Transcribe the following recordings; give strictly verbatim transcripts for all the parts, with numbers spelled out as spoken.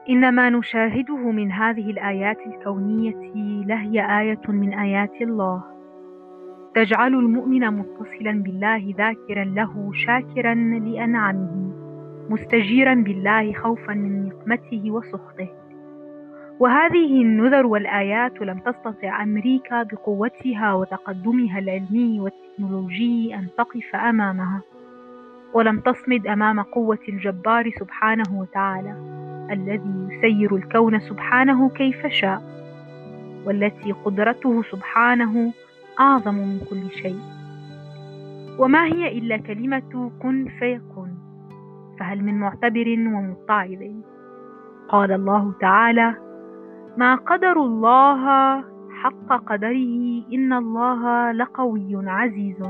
إن ما نشاهده من هذه الآيات الكونية لهي آية من آيات الله، تجعل المؤمن متصلا بالله ذاكرا له شاكرا لأنعمه، مستجيرا بالله خوفا من نقمته وسخطه. وهذه النذر والآيات لم تستطع أمريكا بقوتها وتقدمها العلمي والتكنولوجي أن تقف أمامها، ولم تصمد أمام قوة الجبار سبحانه وتعالى الذي يسير الكون سبحانه كيف شاء، والتي قدرته سبحانه أعظم من كل شيء. وما هي إلا كلمة كن فيكون، فهل من معتبر ومتعظ؟ قال الله تعالى: ما قدروا الله حق قدره إن الله لقوي عزيز.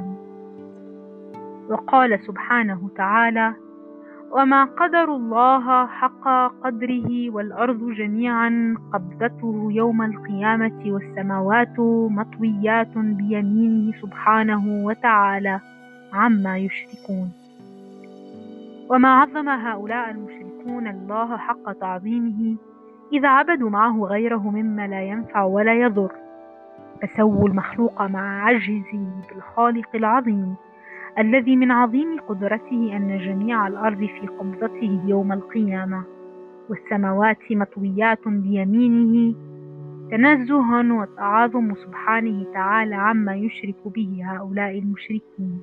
وقال سبحانه تعالى: وما قدروا الله حق قدره والأرض جميعا قبضته يوم القيامة والسماوات مطويات بيمينه سبحانه وتعالى عما يشركون. وما عظم هؤلاء المشركون الله حق تعظيمه إذا عبدوا معه غيره مما لا ينفع ولا يضر، فسووا المخلوق مع عجزه بالخالق العظيم الذي من عظيم قدرته أن جميع الأرض في قبضته يوم القيامة والسماوات مطويات بيمينه، تنزها وتعاظم سبحانه تعالى عما يشرك به هؤلاء المشركين.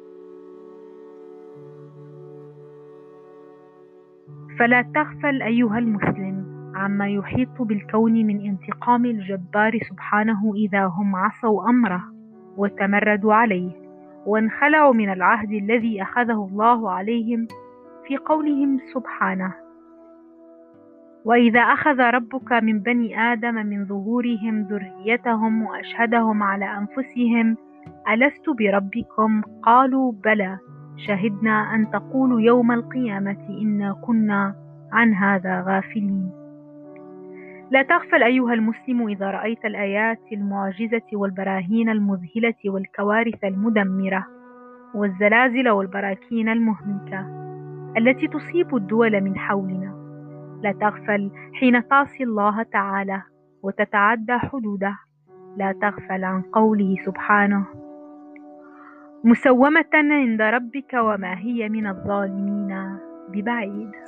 فلا تغفل أيها المسلم عما يحيط بالكون من انتقام الجبار سبحانه إذا هم عصوا أمره وتمردوا عليه وانخلعوا من العهد الذي أخذه الله عليهم في قولهم سبحانه: وإذا أخذ ربك من بني آدم من ظهورهم ذريتهم وأشهدهم على أنفسهم ألست بربكم قالوا بلى شهدنا أن تقولوا يوم القيامة إنا كنا عن هذا غافلين. لا تغفل أيها المسلم إذا رأيت الآيات المعجزة والبراهين المذهلة والكوارث المدمرة والزلازل والبراكين المهلكة التي تصيب الدول من حولنا. لا تغفل حين تعصي الله تعالى وتتعدى حدوده. لا تغفل عن قوله سبحانه: مسومة عند ربك وما هي من الظالمين ببعيد.